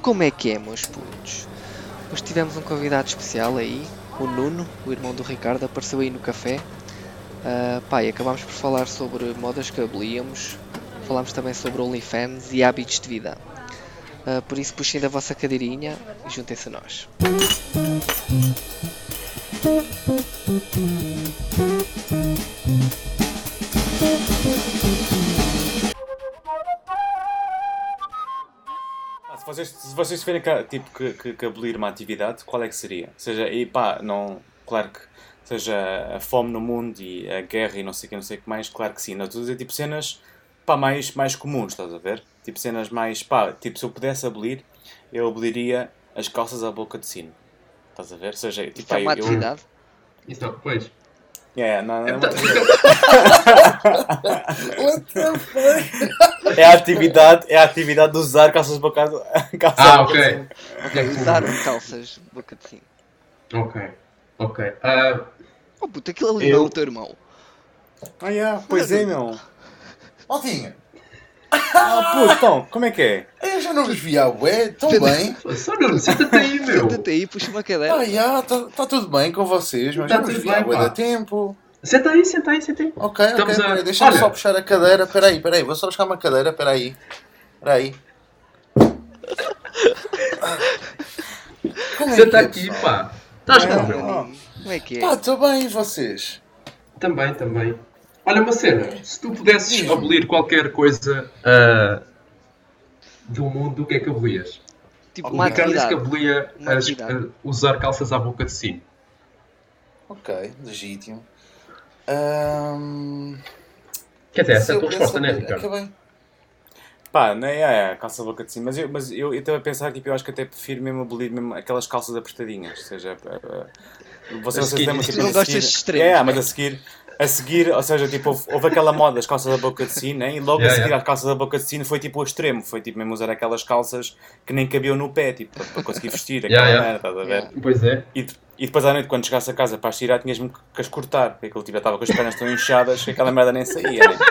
Como é que é, meus putos? Hoje tivemos um convidado especial aí, o Nuno, o irmão do Ricardo, apareceu aí no café. E acabámos por falar sobre modas que abelíamos, falámos também sobre OnlyFans e hábitos de vida. Por isso puxem da vossa cadeirinha e juntem-se a nós. Se vocês tiverem que abolir uma atividade, qual é que seria? Ou seja, não, claro que seja a fome no mundo e a guerra e não sei o que mais, claro que sim. Não estou a dizer tipo cenas mais comuns, estás a ver? Tipo cenas mais, tipo se eu pudesse abolir, eu aboliria as calças à boca de sino. Estás a ver? Ou seja, tipo, Isto é uma atividade? Então, pois. Não é uma What the fuck? É a atividade de usar calças de boca de ok. Usar calças boca de sino. Ok. Oh puta, aquilo ali não é o teu irmão. Pois é, meu. Maltinha, Puto, então, como é que é? eu já não vos vi à ué, tão bem. Só Nuno, senta-te aí, meu. Senta-te aí, puxa uma cadeira. Tá tudo bem com vocês, mas Tá já não vos tudo vi à bem, ué pá. da tempo. Senta aí. Ok, Estamos peraí, a- deixa-me Olha. só puxar a cadeira. Peraí, vou só buscar uma cadeira, peraí. Como é Senta que é, aqui, pessoal? pá. Estás bom, meu? Como é que é? Pá, estou bem, e vocês? Também. Olha, uma cena. Se tu pudesses Diz-me. abolir qualquer coisa do mundo, o que é que abolias? Tipo O uma Ricardo disse que atividade. abolia Uma atividade. usar calças à boca de sino. Ok, legítimo. Quer dizer, essa Se é a eu tua pudesse resposta, não é, abolir- Ricardo? Acabei. Não é calça a boca de cima, mas eu estava a pensar, tipo, eu acho que até prefiro mesmo abolir mesmo aquelas calças apertadinhas, ou seja, vocês Skinny. lembram, Tu tipo, não a gostas seguir- de extremos, mas né? a seguir, ou seja, tipo, houve aquela moda das calças da boca de sino, né? E logo a Yeah, seguir yeah. às calças da boca de sino foi tipo o extremo, foi tipo mesmo usar aquelas calças que nem cabiam no pé, tipo, para conseguir vestir aquela Yeah. merda, estás a ver? Yeah. Pois é. E depois à noite, quando chegasse a casa para as tirar, tinhas-me que as cortar, porque aquilo tipo, estava com as pernas tão inchadas que aquela merda nem saía, né?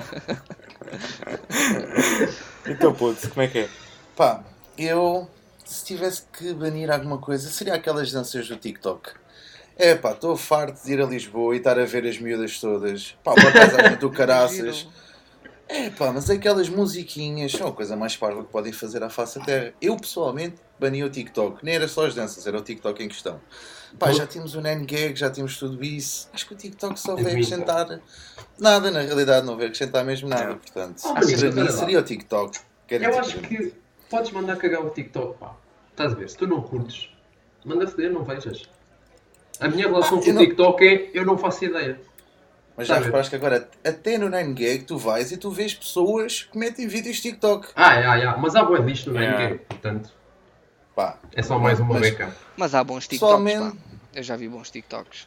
Então, puto, como é que é? Pá, eu, se tivesse que banir alguma coisa, seria aquelas danças do TikTok. Pá, estou farto de ir a Lisboa e estar a ver as miúdas todas. Pá, uma paisagem do caraças. Pá, mas aquelas musiquinhas são a coisa mais parva que podem fazer à face da terra. Eu, pessoalmente, bani o TikTok. Nem era só as danças, era o TikTok em questão. Pá, já tínhamos o Nangag, já tínhamos tudo isso. Acho que o TikTok só veio acrescentar nada. Na realidade, não veio acrescentar mesmo nada. Portanto, Oh, para Benito, mim olha lá. seria o TikTok. Eu acho que podes mandar cagar o TikTok, pá. Estás a ver? Se tu não curtes, manda foder, não vejas. A minha relação com eu o não- TikTok é eu não faço ideia. Mas já Sabe? reparaste que agora, até no 9gag, tu vais e tu vês pessoas que metem vídeos TikTok. Mas há bué lixo no Yeah. Game, portanto, Pá, é só mais uma mas- beca. Mas há bons TikToks, pá. Pessoalmente- Eu já vi bons TikToks.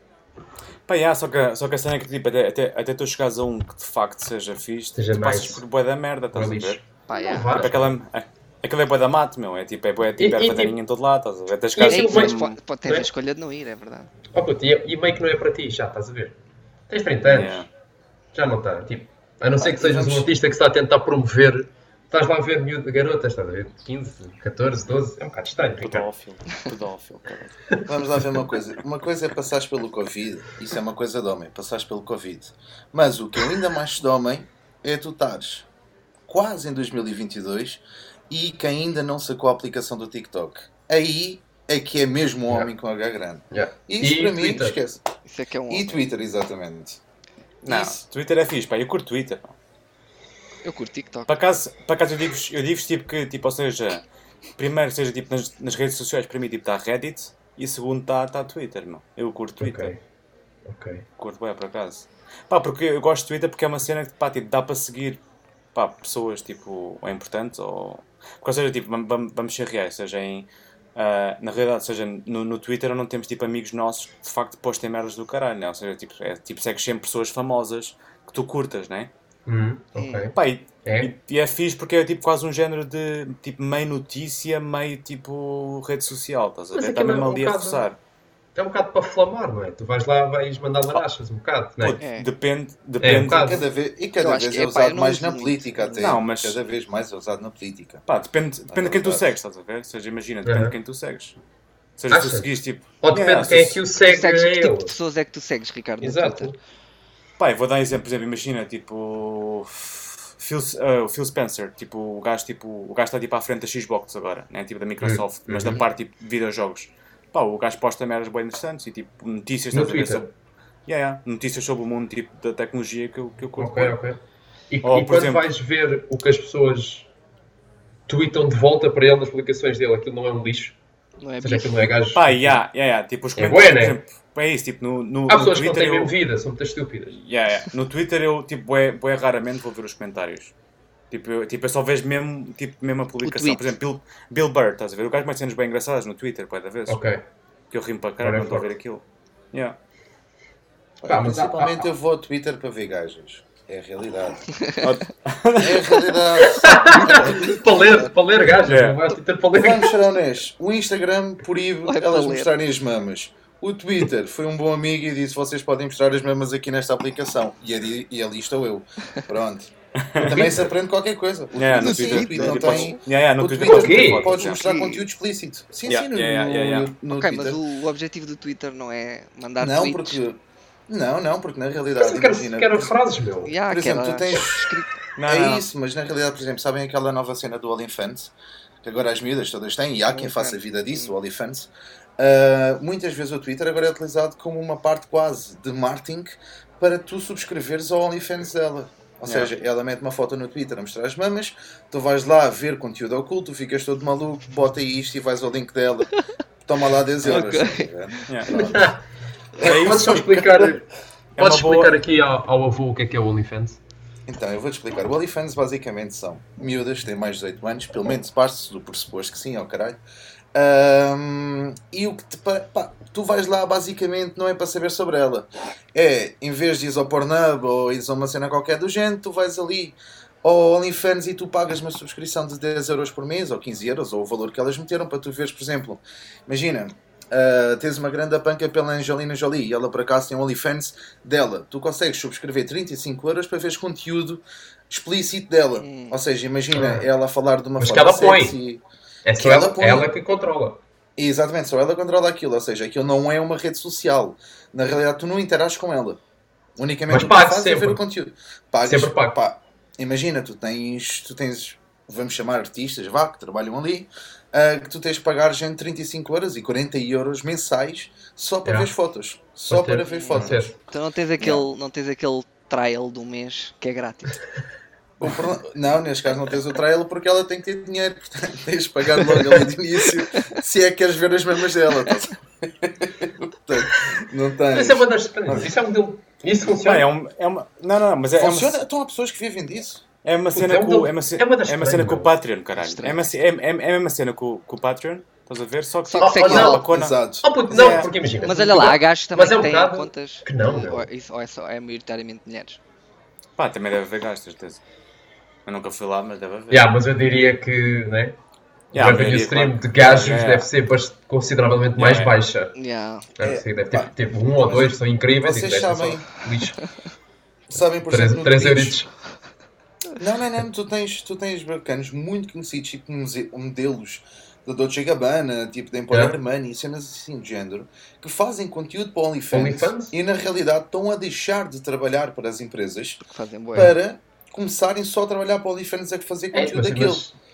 Só que a cena é que tipo, até tu chegares a um que de facto seja fixe, Seja tu passas nice. por bué da merda, estás Bué a lixo. ver? Pá, Não, yeah. várias. Aquilo é bué da mato, meu, é bué E- e ervadaninha em todo lado, estás a ver? Tens E- casos e- que Mas mesmo- pode ter a escolha de não ir, é verdade. Oh, puto, e meio que não é para ti, já estás a ver? Tens 30 anos, Yeah. já não está. Tipo, a não ser que e sejas vamos- um artista que está a tentar promover. Estás lá a ver miúdo de garotas, estás a ver? 15, 14, 12, é um bocado estranho, Ricardo. Pedófilo, cara. Vamos lá ver uma coisa. Uma coisa é passares pelo Covid. Isso é uma coisa de homem, passares pelo Covid. Mas o que eu ainda mais de homem é tu estares quase em 2022 e que ainda não sacou a aplicação do TikTok. Aí é que é mesmo um homem com H grande. Yeah. Isso E para mim, Twitter. esquece. Isso é que é um E homem. Twitter, exatamente. Não, Isso. Twitter é fixe, pá, eu curto Twitter, pá. Eu curto TikTok. Para acaso eu digo tipo que, tipo, ou seja, primeiro seja tipo nas redes sociais, para mim tipo está Reddit e segundo está Twitter, meu. Eu curto Twitter. Ok. Curto bem, por acaso. Pá, porque eu gosto de Twitter porque é uma cena que, pá, tipo, dá para seguir, pá, pessoas, tipo, ou importantes, ou... Porque, ou seja, tipo, vamos ser reais, seja na realidade, seja no Twitter não temos, tipo, amigos nossos que, de facto, postem merdas do caralho, né? Ou seja, tipo, segues sempre pessoas famosas que tu curtas, né? Ok. Pá, É? e é fixe porque é, tipo, quase um género de, tipo, meio notícia, meio, tipo, rede social, estás a Mas ver? Está aquilo é mesmo um ali a bocado- roçar. é um bocado para flamar, não é? Tu vais lá, vais mandar larachas um bocado, não é? Pô, É. depende. um bocado. Cada vez Eu acho é que, epá, eu usado não mais uso na muito. política até. Não, mas- Cada vez mais é usado na política. Pá, depende de quem tu verdade. segues, estás a ver? Ou seja, imagina, depende de quem tu segues. Ou seja, se tu Achas? seguis tipo. Ou depende Yeah, de quem é se- que o Tu segue segues, a que tipo ele. de pessoas é que tu segues, Ricardo, no Exato. Twitter? Pá, eu vou dar um exemplo, por exemplo, imagina, tipo. O Phil Spencer, tipo, o gajo está tipo à frente da Xbox agora, né? Tipo da Microsoft, mas da parte tipo, de videojogos. Pá, o gajo posta merdas bem interessantes e tipo notícias, No estás a ver, Twitter? sobre, notícias sobre o mundo tipo, da tecnologia que eu curto. Ok, ok. E Ou, por quando exemplo- vais ver o que as pessoas tweetam de volta para ele nas publicações dele, aquilo não é um lixo? Não é Ou seja, bicho? aquilo não é gajo... Pá, tipo os É comentários, bué, por né? exemplo, é isso, tipo no Há pessoas que não Twitter têm mesmo vida, são muito estúpidas. No Twitter eu tipo bué raramente vou ver os comentários. Tipo, eu só vejo mesmo a publicação. tweet. Por exemplo, Bill Burr, estás a ver? O gajo mete cenas bem engraçadas no Twitter, pá, da vez. Ok. Que eu rimo para caralho Agora é quando estou a ver forte. aquilo. Yeah. Pá, mas Principalmente eu vou ao Twitter para ver gajas. É a realidade. Oh, É a realidade. Para ler gajas, É. não vais Twitter para ler Vamos ser honestos. O Instagram proíbe Vai para elas ler. mostrarem as mamas. O Twitter foi um bom amigo e disse: vocês podem mostrar as mamas aqui nesta aplicação. E ali estou eu. Pronto. Também se aprende qualquer coisa. O Yeah, Twitter, no sim, Twitter, não podes- tem. no O Twitter Twitter podes meter Ok. fotos, podes yeah. mostrar Sim. conteúdo explícito. Sim, Yeah, sim, yeah. no Ok, Twitter. mas o objetivo do Twitter não é mandar Não, tweets. porque. Não, porque na realidade. Eu quero, Imagina, quero frases, meu. Yeah, por que exemplo, era tu tens. escrito. Não, É não. isso, mas na realidade, por exemplo, sabem aquela nova cena do OnlyFans? Que agora as miúdas todas têm, e há quem faça a vida disso, o OnlyFans. Muitas vezes o Twitter agora é utilizado como uma parte quase de marketing para tu subscreveres ao OnlyFans dela. Ou Yeah. seja, ela mete uma foto no Twitter a mostrar as mamas, tu vais lá ver conteúdo oculto, ficas todo maluco, bota isto e vais ao link dela, toma lá 10 euros. Ok. estás a ver? Yeah. Pronto. É Podes só isso. explicar, uma podes boa- explicar aqui ao avô o que é o OnlyFans? Então, eu vou-te explicar. O OnlyFans basicamente são miúdas que têm mais de 18 anos, pelo menos parte do pressuposto que sim, ao caralho. E o que tu vais lá basicamente não é para saber sobre ela. É, em vez de ires ao Pornhub ou ires a uma cena qualquer do género, tu vais ali ao OnlyFans e tu pagas uma subscrição de 10 euros por mês ou 15 euros, ou o valor que elas meteram para tu veres, por exemplo, imagina. Tens uma grande panca pela Angelina Jolie e ela por acaso tem um OnlyFans dela. Tu consegues subscrever 35 euros para veres conteúdo explícito dela. Ou seja, imagina ela a falar de uma Mas forma que ela põe. sexy. É Que só ela ela, põe. ela que controla. Exatamente, só ela controla aquilo. Ou seja, aquilo não é uma rede social. Na realidade, tu não interages com ela. Unicamente Mas o que tu pagas fazes é sempre. ver o conteúdo. Pagas, Sempre pago. pá, imagina, tu tens, vamos chamar artistas, vá, que trabalham ali, que tu tens de pagar gente 35 euros e 40 euros mensais só para Yeah. ver fotos. Só Pode para ser, ver pode fotos. ser. Então não tens aquele trial do mês que é grátis. Não, neste caso não tens o trial porque ela tem que ter dinheiro, portanto tens de pagar logo ali de início se é que queres ver as mesmas dela. Tá? Portanto, não tens. Isso é uma das... Isso é um modelo... Isso funciona. Não, mas é Funciona? Então há pessoas que vivem disso. É uma cena É um com modelo- é uma ce- é uma das é uma cena estranhas, com o meu. Patreon, caralho. Estranho. É a mesma cena com o Patreon, estás a ver? Só que Só que segue não. ela. bacana. Exato. Oh, puto, não, É. porque imagina. Mas olha lá, há gajos também Mas é um que têm bocado contas. que não, meu. Ou é maioritariamente mulheres. Pá, também deve haver gajos, certeza. Eu nunca fui lá, mas deve haver. Yeah, mas eu diria que, né? Yeah, o revenue maioria, stream claro. de gajos Yeah. deve ser consideravelmente mais Yeah. baixa. Yeah. Deve ter pá. tipo um ou dois, são incríveis Vocês e o resto é sabem- só lixo. Sabem, por exemplo, no 3 Twitch. euritos. Não, tu tens bacanos muito conhecidos, tipo modelos da Dolce Gabbana, tipo da Emporio Yeah. Armani, cenas assim do género, que fazem conteúdo para OnlyFans, OnlyFans? e na realidade estão a deixar de trabalhar para as empresas Porque fazem boa. para começarem só a trabalhar para o OnlyFans a fazer É, conteúdo daquilo.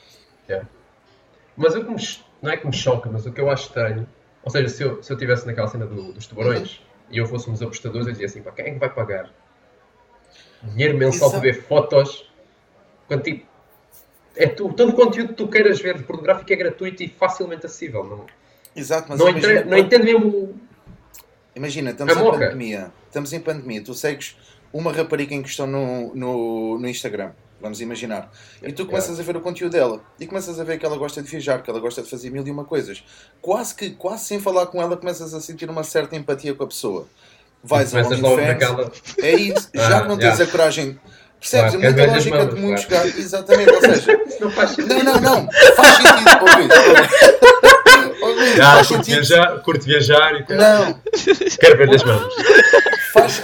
mas o que não é que me choca, mas o que eu acho estranho, ou seja, se eu estivesse naquela cena dos tubarões e eu fosse um dos apostadores, eu dizia assim, pá, quem é que vai pagar dinheiro mensal para ver fotos quando tipo, todo o conteúdo que tu queiras ver de pornográfico é gratuito e facilmente acessível. Não, Exato, mas não, imagina, não entendo mesmo. imagina, estamos A em moca. pandemia. Estamos em pandemia. Tu segues uma rapariga em questão no Instagram. Vamos imaginar. E tu começas a ver o conteúdo dela. E começas a ver que ela gosta de viajar, que ela gosta de fazer 1001 coisas. Quase sem falar com ela, começas a sentir uma certa empatia com a pessoa. Vais ao Começas logo OnlyFans. naquela. É isso. Já que não tens a coragem. Percebes? Claro, É muita quer ver as lógica mamas, de muitos claro. gajos. Exatamente. Ou seja, Isso não faz sentido. não. Faz sentido. Ouve Faz Curto viajar e Não, quero ver as mãos. faz.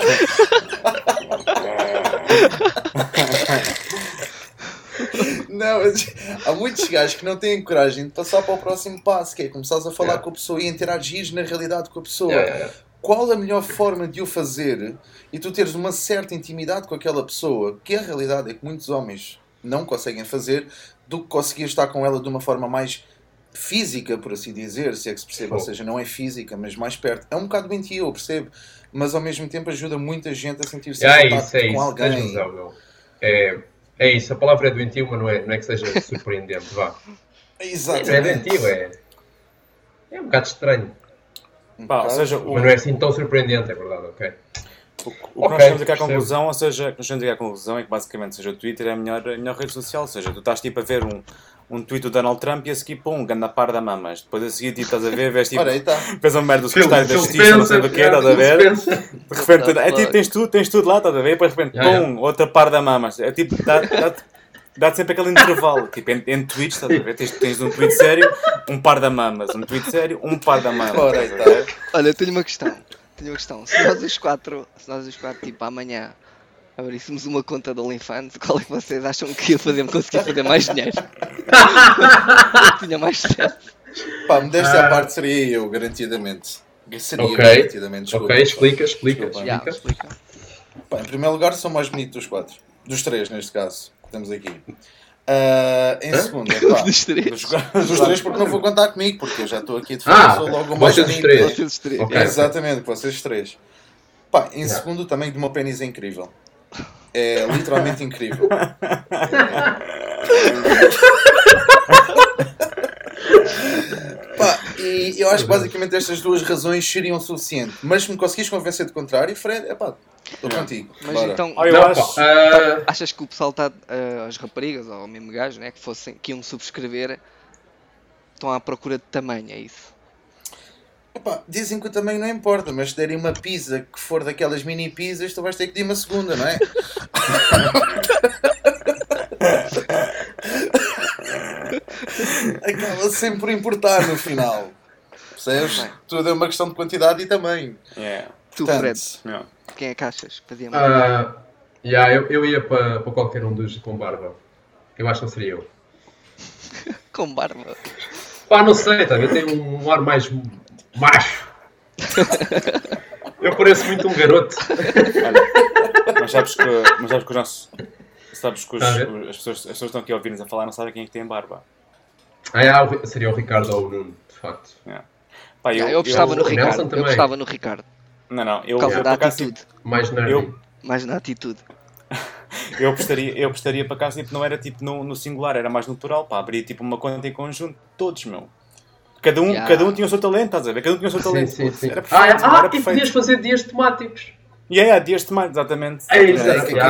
Não, mas há muitos gajos que não têm coragem de passar para o próximo passo, que é começares a falar com a pessoa e interagir na realidade com a pessoa. Qual a melhor forma de o fazer e tu teres uma certa intimidade com aquela pessoa, que a realidade é que muitos homens não conseguem fazer, do que conseguir estar com ela de uma forma mais física, por assim dizer, se é que se percebe, ou seja, não é física, mas mais perto. É um bocado doentio, eu percebo, mas ao mesmo tempo ajuda muita gente a sentir-se em contato com alguém. Tens razão, meu. É isso, a palavra é doentio, mas não é que seja surpreendente, vá. Exatamente. Não é doentio, é um bocado estranho. Pá, ou seja, Mas não é assim tão surpreendente, é verdade, ok. O que nós chegamos aqui à conclusão, ou seja, o que nós chegamos aqui à conclusão é que basicamente, seja, o Twitter é a melhor rede social, ou seja, tu estás tipo a ver um tweet do Donald Trump e a seguir, pum, ganda par da mamas. Depois a seguir, tipo, estás a ver, vês tipo, Ora, aí está. vês uma merda do secretário da Justiça, não sei do quê, estás a ver? De repente, é tipo, tens tudo lá, estás a ver? E depois de repente, pum, outra par da mamas. É tipo, dá-te sempre aquele intervalo, tipo, entre tweets, estás a ver? Tens um tweet sério, um par da mamas, um tweet sério, um par da mamas. Ora, aí estás a ver? está. Olha, eu tenho uma questão. Se nós os quatro, tipo, amanhã abríssemos uma conta de OnlyFans, qual é que vocês acham que ia conseguir fazer mais dinheiro? Tinha mais sucesso. Pá, modéstia à parte seria eu, garantidamente. Seria Ok, garantidamente, desculpa. ok, explica. Já, explica. Pá, em primeiro lugar, sou mais bonito dos quatro. Dos três, neste caso. Estamos aqui. Em segundo, é pá. Dos três. Dos três, porque não vou contar comigo, porque eu já estou aqui de fora, sou logo o mais vocês os bonito. três. Vocês três. Ok. Exatamente, vocês três. Pá, em segundo, o tamanho do meu pênis é incrível. É literalmente incrível. Pá, e eu acho que basicamente estas duas razões seriam suficientes. Mas se me conseguires convencer do contrário, Fred, é pá, estou contigo. Mas Bora. então, Eu acho. achas que o pessoal está, as raparigas, ou mesmo gajos, né, que iam subscrever, estão à procura de tamanho, é isso? Epá, dizem que o tamanho não importa, mas se derem uma pizza que for daquelas mini pizzas, tu vais ter que pedir uma segunda, não é? Acaba sempre por importar no final. Percebes? Tudo é uma questão de quantidade e tamanho. Yeah. Tu, Portanto, Fred, Yeah. quem é que achas que fazia mais? Eu ia para qualquer um dos com barba. Eu acho que não seria eu. Com barba. Pá, não sei, tá? Eu tenho um ar mais macho. Eu pareço muito um garoto. Olha, mas sabes que o nosso. Sabes que Está a ver? as pessoas estão aqui a ouvir-nos a falar, não sabem quem é que tem barba. Seria o Ricardo ou o Nuno, de facto. Yeah. Pá, Eu apostava no o Nelson Ricardo. Eu também. apostava no Ricardo. Não, eu Por causa por da acaso, atitude. Mais nerdy. Mais na atitude. eu apostaria para casa, tipo, não era tipo no singular, era mais no plural, pá, abria tipo uma conta em conjunto, todos, meu. Cada um tinha o seu talento, estás a ver? Cada um tinha o seu talento. Sim. Era perfeito, era E perfeito. podias fazer dias temáticos. Dias de mais, exatamente. É isso,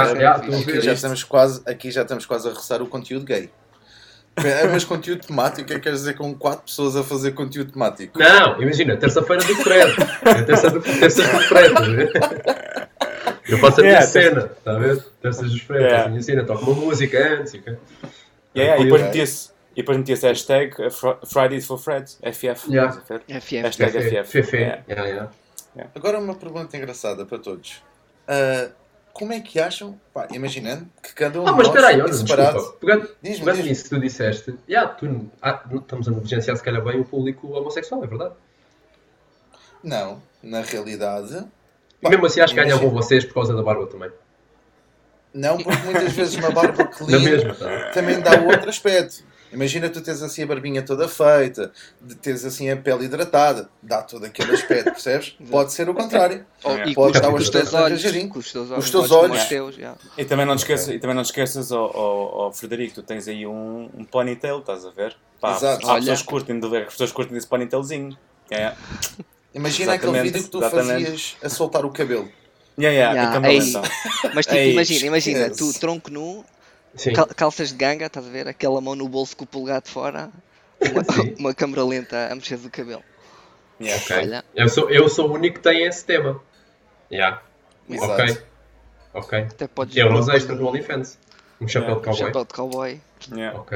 aqui já estamos quase a roçar o conteúdo gay. Mas conteúdo temático, o que queres dizer com 4 pessoas a fazer conteúdo temático? Não, imagina, terça-feira do Fred. Terça do Fred, estás a ver? Eu faço a minha cena, está a ver? Terças dos Fred, faço a minha cena, toco uma música antes. E depois metia-se hashtag Fridays for Fred, FF. Yeah. FF. Hashtag FF. Yeah. Agora uma pergunta engraçada para todos. Como é que acham, pá, imaginando que cada um de mas nós espera aí, olha, é separado... desculpa. Pegando Diz-me. nisso que tu disseste, estamos a negligenciar se calhar bem o público homossexual, é verdade? Não, na realidade... E mesmo assim acho que imagina- ganhavam vocês por causa da barba também. Não, porque muitas vezes uma barba Na clean mesma, tá? também dá outro aspecto. Imagina tu tens assim a barbinha toda feita, tens assim a pele hidratada, dá todo aquele aspecto, percebes? Pode ser o contrário. E Pode com dar o os teus aspecto olhos. arranjadinho. Com os teus Os olhos. teus como olhos. os teus, já. E também não te esqueças, Frederico, tu tens aí um ponytail, estás a ver? Pá, Exato. há pessoas que curtem desse ponytailzinho. Imagina aquele Exatamente, vídeo que tu exatamente. fazias a soltar o cabelo. Yeah, também é então. Mas tipo, Ei, imagina, esquece. tu tronco nu, Sim. calças de ganga, estás a ver? Aquela mão no bolso com o polegar de fora, Sim. uma câmera lenta a mexer o cabelo. Yeah. Ok. Olha. Eu sou o único que tem esse tema. Yeah. Exato. Ok. Até podes Euros extras no OnlyFans. Um chapéu de cowboy. chapéu de cowboy. Yeah. Ok.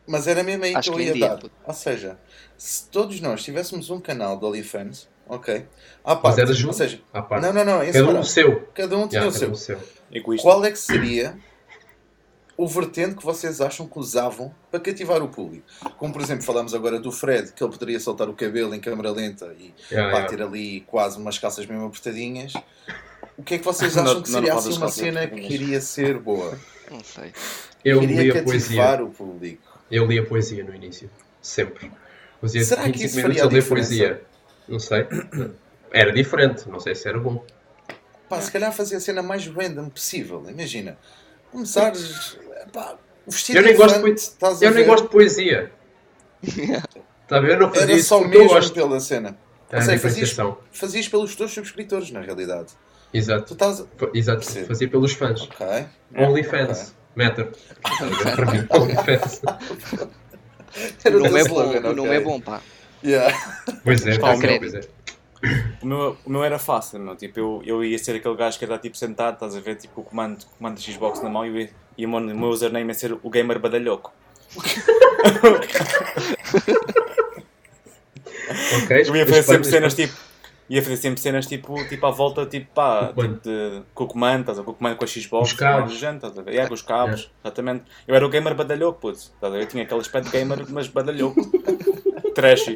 Mas era mesmo aí Acho que eu que em ia dia, dar. puto. Ou seja, se todos nós tivéssemos um canal de OnlyFans, ok? À Mas parte. era Ou junto? seja, À parte. não, em Cada um o separado. seu. Cada um tinha Já, o cada seu. um o seu. Egoísta. Qual é que seria o vertente que vocês acham que usavam para cativar o público? Como, por exemplo, falamos agora do Fred, que ele poderia soltar o cabelo em câmera lenta e ter ali quase umas calças mesmo apertadinhas. O que é que vocês acham que seria assim uma cena que iria ser boa? Não sei. Eu Queria lia poesia. cativar o público. Eu lia poesia no início. Sempre. Fazia Será que 25 isso minutos faria a ler diferença? poesia. Não sei. Era diferente. Não sei se era bom. Pá, se calhar fazia a cena mais random possível. Imagina. Começares... Pá, vestido Eu nem de gosto de elefante, poesia. estás a Eu nem ver? gosto de poesia. Está a ver? Eu não fazia Era isso só porque eu mesmo gosto. pela cena. É Ou a seja, diferenciação. fazias pelos teus subscritores, na realidade. Tu Exato. estás... Exato. Percebo. Fazia pelos fãs. Ok. OnlyFans. Meta. Para mim, OnlyFans. Era O nome teu é bom, slogan, o nome ok. é bom, pá. Yeah. Pois é, Pá, pois o é, meu- pois é. O meu era fácil, meu. Tipo, eu ia ser aquele gajo que era tipo sentado, estás a ver, tipo, com o comando da Xbox na mão e o meu username ia ser o Gamer Badalhoco. Ok. Eu ia fazer Mas, sempre mas, cenas tipo. Ia fazer sempre cenas tipo à volta, tipo pá, Com o comando. tipo com o comando, estás a ver? Com o comando com a Xbox, Os cabos. com a gente, estás a ver? Com os cabos, exatamente. Eu era o gamer badalhoco, puto, estás a ver? Eu tinha aquele aspecto de gamer, mas badalhoco. Trashy.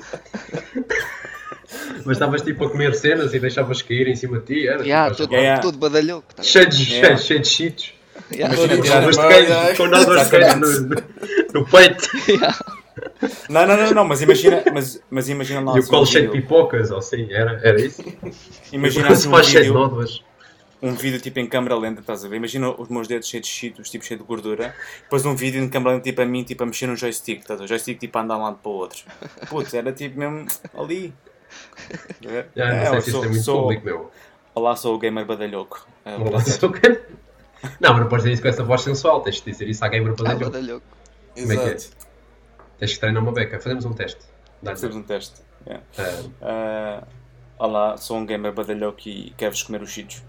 Mas estavas tipo a comer cenas e deixavas cair em cima de ti. Era Yeah, tipo, todo, Yeah. todo badalhoco. Tá? cheio de Yeah. cheio de cheetos. Yeah. Imagina Com tirar novas de Yeah. queijo. Com novas de queijo no peito. Yeah. Não, mas imagina lá E o assim, colo um cheio de vídeo, pipocas, ou assim. Era isso? imagina assim Faz cheio de nódoas. um vídeo tipo em câmera lenta, estás a ver? Imagina os meus dedos cheios de cheetos, tipo cheio de gordura. Depois um vídeo em câmera lenta tipo a mim, tipo a mexer no joystick, estás a ver? O joystick tipo a andar de um lado para o outro. Putz, era tipo mesmo ali. Não sei se isso é muito público, meu. Olá, sou o Gamer Badalhoco. Olá, sou o quê? Não, mas não podes dizer isso com essa voz sensual. Tens de dizer isso à gamer Ah, para badalhoco. Como é que é? Exato. Tens que treinar uma beca. Fazemos um teste. Dá-lhe. Fazemos um teste. Yeah. Ah, Olá, sou um Gamer Badalhoco e quero-vos comer os cheetos.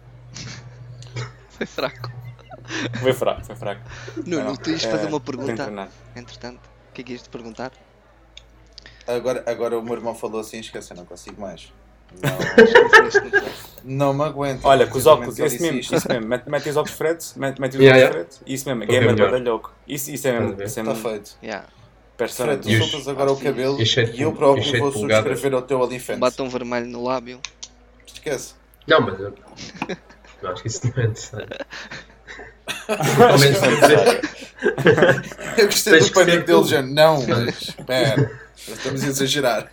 Foi fraco. Foi fraco. Nuno, tu ias fazer uma tenho que pergunta, treinar. entretanto. O que é que ias te perguntar? Agora o meu irmão falou assim, esquece, eu não consigo mais. Não Não me aguento. Olha, com os óculos, Precisamente esse mesmo, eu disse isto. isso mesmo. Mete os óculos fretes, mete os Yeah, óculos yeah. fretes. Isso mesmo, Estou a ver Gamer melhor. Badalhoco. Isso é mesmo. Estás a ver? Isso é Está mesmo. feito. Yeah. Persona Fred, tu E os- soltas agora o cabelo e cheio de e eu pul- e próprio cheio de vou pulgadas. subscrever ao teu OnlyFans. Um batom vermelho no lábio. Esquece. Não, mas eu... Não, acho que isso não é necessário. Eu gostei Tens do que pânico ser dele, tu. já. Não, mas espera. Estamos a exagerar.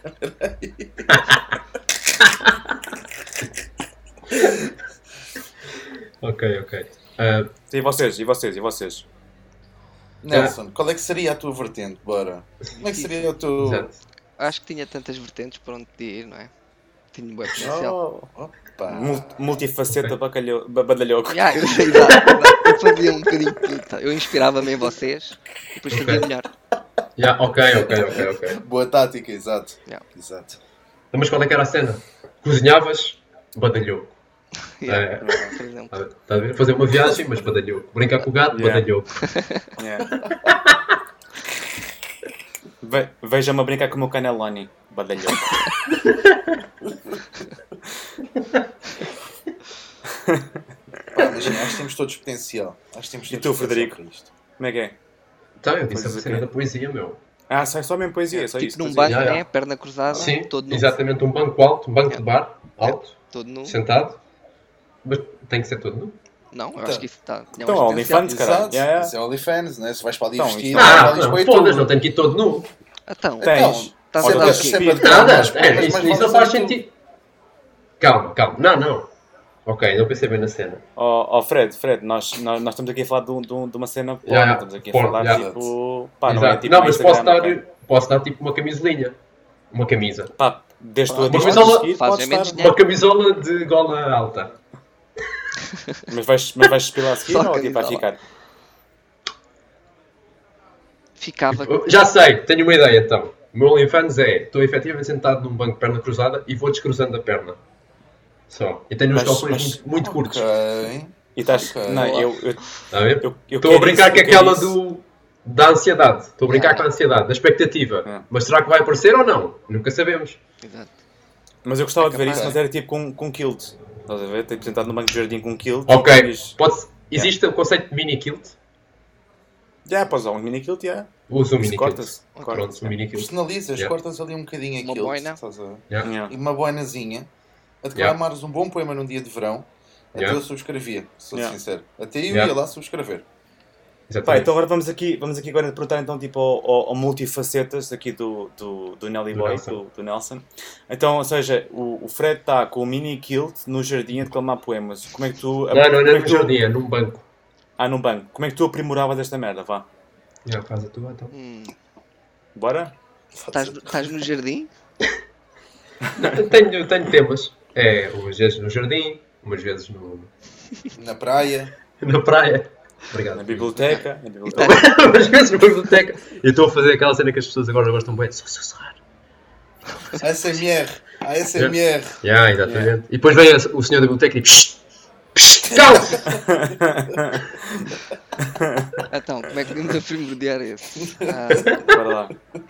Ok, ok. Ah, E vocês? Nelson, qual é que seria a tua vertente? Bora. Como é que seria o teu. exato. Acho que tinha tantas vertentes para onde podia ir, não é? Tinha um bom potencial. Opa. Multifaceta Badalhoco. Yeah, eu fazia um bocadinho de tudo. Tá? Eu inspirava-me em vocês e depois fazia melhor. Yeah, ok. Boa tática, exato. Yeah. Exato. Então, mas qual é que era a cena? Cozinhavas, badalhoco. Yeah, por exemplo. Está a ver? Fazer uma viagem, mas badalhoco. Brincar com o gato, Yeah. badalhoco. Yeah. Veja-me a brincar com o meu Caneloni. Badalhoco. Pá, imagina, acho que temos todos potencial. Acho que temos E todos tu, potencial Frederico? para isto. Como é que é? Então, eu disse Pois a é, cena ok. da poesia, meu. Sai só mesmo poesia, só Tipo isso. num poesia. banco, Yeah, né? Perna cruzada, Sim, todo nu. exatamente. Um banco alto, um banco de bar, alto, Todo nu. sentado. Mas tem que ser todo nu. Não, eu Então. acho que isso está. Então, OnlyFans, caralho. Exato. Yeah, yeah. Isso é OnlyFans, né? Se vais para ali Então, vestido, então. vais para Ah, ali não, espeito. foda-se, não tenho que ir todo nu. Então, Tens. estás a Olha, dar o deixa quê? sempre- Nada, Mas isso vale não faz ser tu. sentido. Calma. Não. Ok, não pensei bem na cena. Fred, nós estamos aqui a falar de uma cena porno, Yeah, estamos aqui a porno, falar yeah. tipo. Pá, não é Exato. tipo. Não, no mas Instagram, ok? posso dar tipo uma camisolinha. Uma camisa. Pá, desde tu a Uma diz camisola- seguir, faz podes menos estar. dinheiro. Uma camisola de gola alta. Mas vais despilar a seguir Só a ou tipo vai camisola. ficar? Ficava. Já sei, tenho uma ideia então. O meu OnlyFans é, estou efetivamente sentado num banco de perna cruzada e vou descruzando a perna. Só. E tenho uns Mas- calções mas- muito curtos. Ok. E estás. Ok. Não, eu Está a ver? eu Estou a quero brincar isso, com eu quero aquela isso. da ansiedade. Estou a brincar Yeah. com a ansiedade, da expectativa. Yeah. Mas será que vai aparecer ou não? Nunca sabemos. Exato. Mas eu gostava É de ver capaz. isso, mas era tipo com kilt. Estás a ver? Ter sentado no banco de jardim com kilt. Ok, E diz, existe o conceito de mini kilt? podes usar um mini kilt, Usa um Isso mini kilt. corta-se. Pronto, um mini kilt. Personalizas, Yeah. cortas ali um bocadinho Uma aquilo. boina. Estás a ver? Yeah. Yeah. E uma boinazinha. A Yeah. declamares um bom poema num dia de verão. Até Yeah. eu subscrevia, sou Yeah. sincero. Até eu Yeah. ia lá subscrever. Pá, Exatamente. então agora vamos aqui agora perguntar então tipo ao multifacetas aqui do Nelly Do Boy, Nelson. do Nelson. Então, ou seja, o Fred está com o mini kilt no jardim a declamar poemas. Como é que tu... Não como é é no que tu- jardim, é num banco. num banco. Como é que tu aprimoravas esta merda, vá? Já, faz a tua então. Bora? Estás no jardim? Eu tenho temas. É, umas vezes no jardim, umas vezes Na praia. na praia. Obrigado. Na biblioteca? Umas vezes na biblioteca. Eu estou a fazer aquela cena que as pessoas agora gostam bem de sussurrar. ASMR. ASMR. Já, exatamente. E depois vem o senhor da biblioteca e psh, psh, cala! Então, como é que podemos primordiar esse? Bora lá.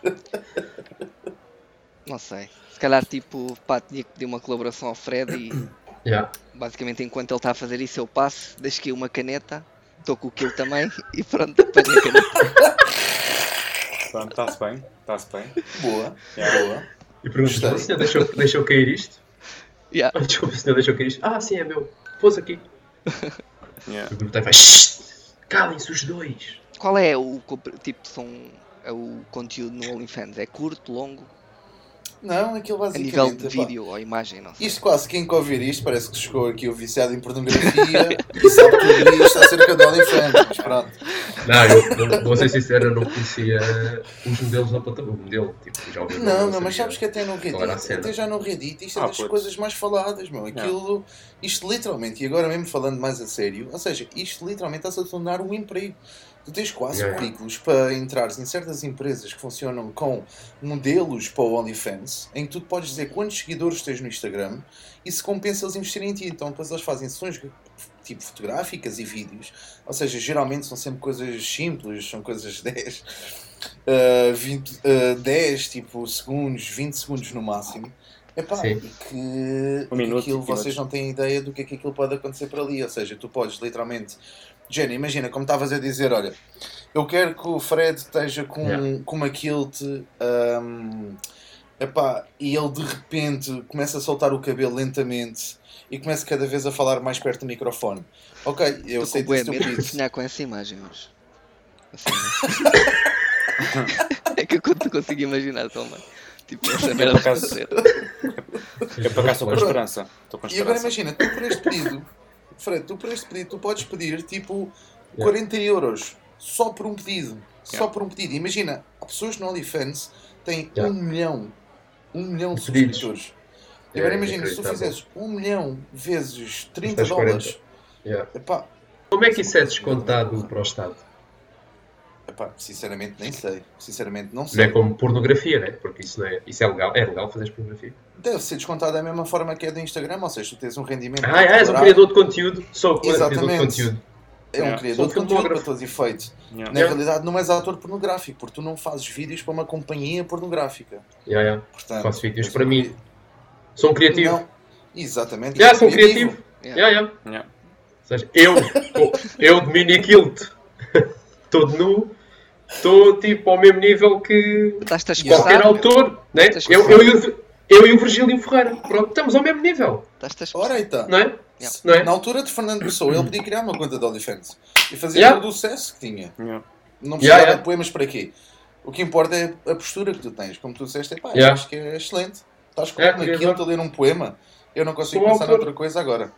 Não sei. Se calhar, tipo, pá, tinha que pedir uma colaboração ao Fred e Já. basicamente enquanto ele está a fazer isso eu passo, deixo aqui uma caneta, estou com o kill também e pronto, apanho a caneta. Pronto, está-se bem. Está-se bem. Boa. Yeah. Boa. E perguntas, Gostei. o senhor deixou cair isto? Yeah. Ah, desculpa, o senhor deixou cair isto? Ah, sim, é meu. Pôs aqui. Yeah. E o biblioteca faz, calem-se os dois. Qual é o tipo é o conteúdo no OnlyFans? É curto, longo? Não, aquilo A basicamente... nível de epá, vídeo ou imagem, não sei. Isto quase, quem que ouvir isto, parece que chegou aqui o viciado em pornografia e sabe tudo isto acerca do OnlyFans, mas pronto. Não, eu vou ser sincero, eu não conhecia os modelos da plataforma. O modelo, tipo, já ouvi Não, mas sabes que até no Qual era a Reddit, cena? até já no Reddit, isto é das puto. coisas mais faladas, meu. Aquilo, isto literalmente, e agora mesmo falando mais a sério, ou seja, isto literalmente está-se a tornar um emprego. Tu tens quase Yeah. currículos para entrares em certas empresas que funcionam com modelos para o OnlyFans, em que tu podes dizer quantos seguidores tens no Instagram e se compensa eles investirem em ti. Então depois eles fazem sessões tipo fotográficas e vídeos, ou seja, geralmente são sempre coisas simples, são coisas 10, 20, 10 tipo, segundos, 20 segundos no máximo. Epá, Sim. e que Um minuto, aquilo, 5 vocês minutos. não têm ideia do que é que aquilo pode acontecer por ali. Ou seja, tu podes literalmente... Jenny, imagina, como estavas a dizer, olha, eu quero que o Fred esteja com uma kilt, epá, e ele de repente começa a soltar o cabelo lentamente e começa cada vez a falar mais perto do microfone. Ok, eu Estou sei com bué disso teu medo de pedido. sonhar com essa imagem hoje. Assim, é que eu consigo imaginar também. Tipo, essa merda por a acaso- fazer. Eu por acaso estou com esperança. Estou com E agora esperança. imagina, tu por este pedido, Fred, tu podes pedir tipo Yeah. 40 euros só por um pedido. Só Yeah. por um pedido. Imagina, há pessoas no OnlyFans que têm Yeah. 1 milhão de De pedidos. subscritores. E agora É imagina, se tu inacreditável. fizesses 1 milhão vezes 30 Estás dólares, 40. Yeah. epá, Como é que isso é descontado para o Estado? epá, sinceramente nem sei. Sinceramente não Não sei. é como pornografia, né? Porque isso, não é, isso é legal. É legal fazer pornografia. Deve ser descontado da mesma forma que é do Instagram, ou seja, tu tens um rendimento. Ah, és um declarado. criador de conteúdo. Sou um criador de Exatamente. conteúdo. É um Yeah. criador Sou de conteúdo para filmógrafo. todos os efeitos. Yeah. Na Yeah. realidade não és ator pornográfico, porque tu não fazes vídeos para uma companhia pornográfica. Yeah. Portanto, Faço vídeos és para um mim. cri- Sou um criativo. Não, exatamente. Já, és sou um criativo. Yeah. Yeah. Ou seja, eu de mini kilt, todo nu, estou tipo ao mesmo nível que Estás-te a qualquer expressar? autor, né? Estás a Eu e o Virgílio Ferreira. Pronto, estamos ao mesmo nível, Estás-te a expressar? Ora então, não é? Yeah. Não é? na altura de Fernando Pessoa, ele podia criar uma conta de OnlyFans e fazer Yeah. todo o sucesso que tinha. Yeah. Não precisava Yeah. de poemas para quê? O que importa é a postura que tu tens. Como tu disseste, epá, eu Yeah. acho que é excelente. Estás com Yeah, aquilo criador. a ler um poema. Eu não consigo Sou pensar autor. noutra coisa agora.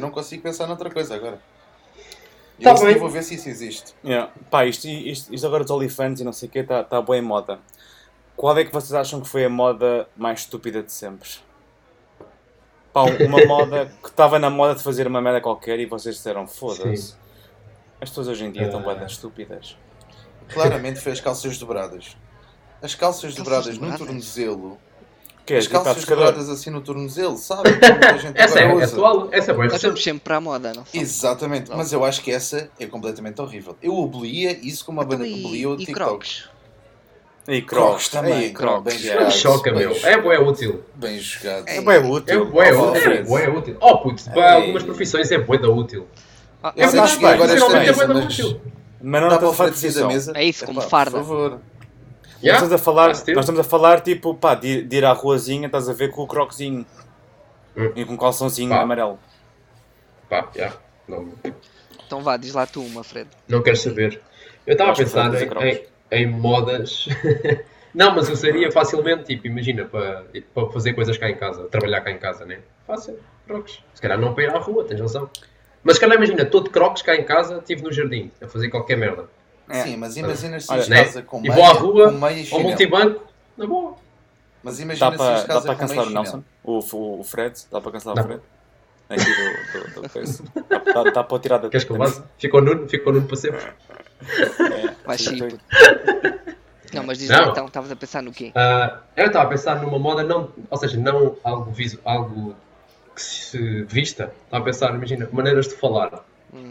Tá Eu bem. vou ver se isso existe. Yeah. Pá, isto agora dos OnlyFans e não sei o quê está bem em moda. Qual é que vocês acham que foi a moda mais estúpida de sempre? Pá, uma moda que estava na moda de fazer uma merda qualquer e vocês disseram foda-se. Sim. As pessoas hoje em dia estão bué das estúpidas. Claramente foi as calças dobradas. As calças dobradas no dobradas? tornozelo Que é, As tipo, a calças pescador. douradas assim no tornozelo, sabe? Que muita gente Essa agora é usa. atual, essa é boa Nós recente. vamos sempre para a moda, não? Exatamente, mas eu acho que essa é completamente horrível. Eu abolia isso como Então, abolia o e TikTok. Crocs? E Crocs Crocs também, Ei, Crocs. bem Não Não me jogado. choca, bem meu. jogado. É bué útil. Bem jogado. É bem útil. É bué Oh, útil. É Fred. bué útil. Oh, putz, para Ei. algumas profissões é bué da útil. Ah, Eu É sei que verdade, cheguei agora a esta geralmente é bué mesa, da mas útil. Mas não dá estamos para a falar de oferecer da posição. mesa. É isso, como Epá, farda. Por favor. Nós Yeah, estamos a falar, faz tempo. nós estamos a falar tipo, pá, de ir à ruazinha, estás a ver com o croczinho e com o calçãozinho Pá. amarelo. Pá, já. Não, Então vá, diz lá tu uma, Fred. não quero saber. Eu estava a Acho que pensar foi fazer em modas. Não, mas usaria facilmente, tipo, imagina, para fazer coisas cá em casa, trabalhar cá em casa, né? Fácil, crocs. Se calhar não para ir à rua, tens razão. Mas se calhar imagina, todo de crocs cá em casa, estive no jardim, a fazer qualquer merda. Sim, mas imagina se Olha, ias Né? casa com E meia, vou à rua, com meia e ao chinelo. multibanco, na boa. Mas Dá imagina se para ias casa com cancelar meia o e chinelo. Nelson? O Fred? Dá para cancelar Dá. o Fred? Aqui do coisa. Dá para tirar da... Queres que eu vá? Ficou o Nuno para sempre. Vai chip. Não, mas diz Não. lá então, estavas a pensar no quê? Eu estava a pensar numa moda, não, ou seja, não algo que se vista. Estava a pensar, imagina, maneiras de falar.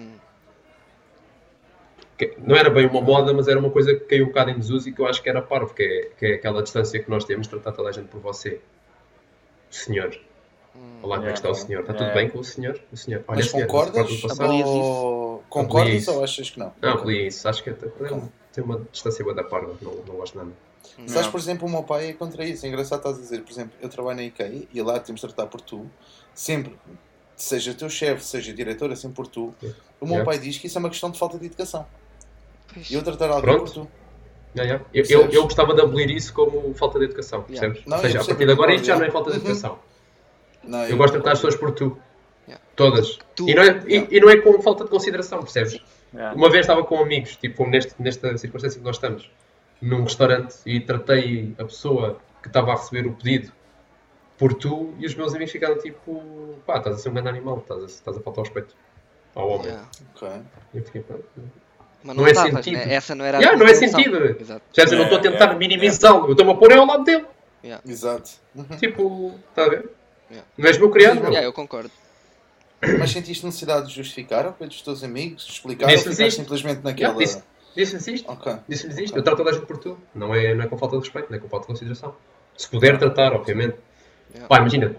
Não era bem uma moda, mas era uma coisa que caiu um bocado em desuso e que eu acho que era parvo, que é aquela distância que nós temos de tratar toda a gente por você. Senhor. Olá, como é que está o senhor? Está tudo bem com o senhor? O senhor. Olha, Mas senhor, concordas? não se pode passar. Avalias Concordas isso. ou achas que não? Não, apoio isso. Acho que tem uma distância boa da parva. Não gosto nada. Sabes, por exemplo, o meu pai é contra isso. É engraçado estás a dizer, por exemplo, eu trabalho na IKEA e lá temos de tratar por tu. Sempre. Seja teu chefe, seja diretor, é sempre por tu. O meu Yeah. pai diz que isso é uma questão de falta de educação. Pois. E eu tratar alguém Pronto. por tu. Eu Percebes? gostava de abolir isso como falta de educação, Yeah. percebes? Não, Ou seja, eu a percebo partir de agora que isto já não é concordo, falta de educação. Não, Eu gosto de tratar as pessoas por tu. Yeah. Todas. Tu. E não é com falta de consideração, percebes? Yeah. Uma vez estava com amigos, tipo, nesta circunstância que nós estamos, num restaurante, e tratei a pessoa que estava a receber o pedido por tu, e os meus amigos ficaram tipo, pá, estás a ser um grande animal, estás a faltar ao respeito ao homem. Yeah. Ok. E eu fiquei, pá, Mas Não não é estavas, sentido. né? Essa não era a yeah, tua não é intenção. sentido. Exato. Percebes? Eu não estou a tentar minimizá-lo, eu estou-me a pôr ao lado dele. Exato. Tipo, está a ver? Yeah. Não és meu criado, meu. Yeah, eu concordo. Mas sentiste necessidade de justificar ao pé dos teus amigos, de explicar, ou Disse-lhes ficaste isto. simplesmente naquela... Yeah, disse-lhes isto. Ok. Disse-lhes isto. Eu trato toda a gente por tu. Não é com falta de respeito, não é com falta de consideração. Se puder tratar, obviamente. Yeah. Pá, imagina.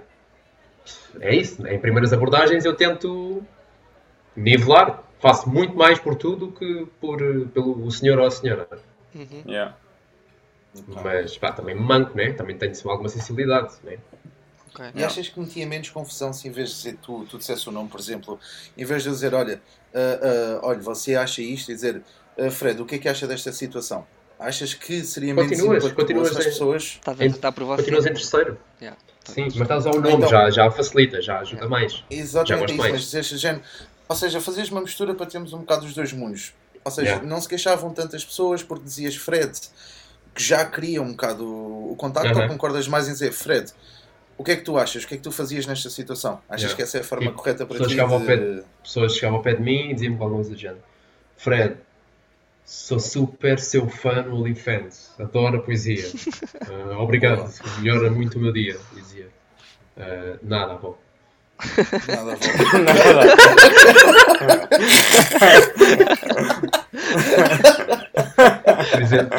É isso. Em primeiras abordagens eu tento nivelar. Faço muito mais por tu do que pelo senhor ou a senhora. Uhum. Yeah. Mas, pá, também me manco, né? Também tenho alguma sensibilidade, né? Ok. E achas que metia menos confusão se em vez de dizer tu dissesse o nome, por exemplo, em vez de eu dizer, olha, você acha isto, e dizer, Fred, o que é que acha desta situação? Achas que seria menos Continuas para as pessoas? Estás a tratar por você. Continuas em terceiro. Yeah. Sim, mas estás ao nome, Então- já facilita, já ajuda mais. Exatamente Já gosto isso, mais. mas dizeste, género, ou seja, fazias uma mistura para termos um bocado dos dois mundos. Ou seja, Yeah. não se queixavam tantas pessoas porque dizias Fred, que já queria um bocado o contacto, ou concordas mais em dizer Fred, o que é que tu achas? O que é que tu fazias nesta situação? Achas Yeah. que essa é a forma Tipo, correta para pessoas ti? chegavam Pessoas chegavam ao pé de mim e diziam-me alguma coisa do género. Fred, sou super seu fã no OnlyFans. Adoro a poesia. Obrigado. Melhora muito o meu dia, dizia. Nada, bom. Nada a ver. Por exemplo.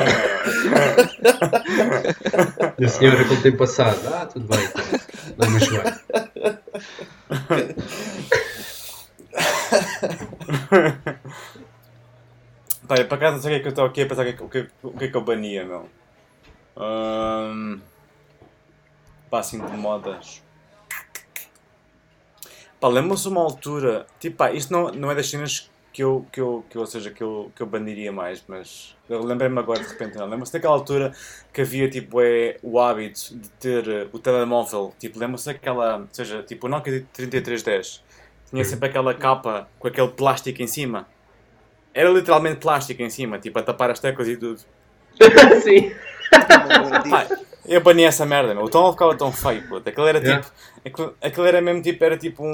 E a senhora, como tem passado? Tudo bem, então. Vamos jogar. Pá, eu por acaso não sei o que é que eu estou aqui a pensar o que é que eu bania, meu. Pá, assim de modas. Pá, lembro-se uma altura, tipo, pá, isto não é das cenas que eu baniria mais, mas eu lembrei-me agora de repente, não. Lembro-se daquela altura que havia, tipo, o hábito de ter o telemóvel, tipo, lembro-se daquela, ou seja, tipo, o Nokia 3310, tinha sempre aquela capa com aquele plástico em cima. Era literalmente plástico em cima, tipo, a tapar as teclas e tudo. Sim. Pá, eu bani essa merda, meu. O tom ficava tão feio, puto. Aquilo era Yeah. tipo... Aquilo era mesmo tipo... Era tipo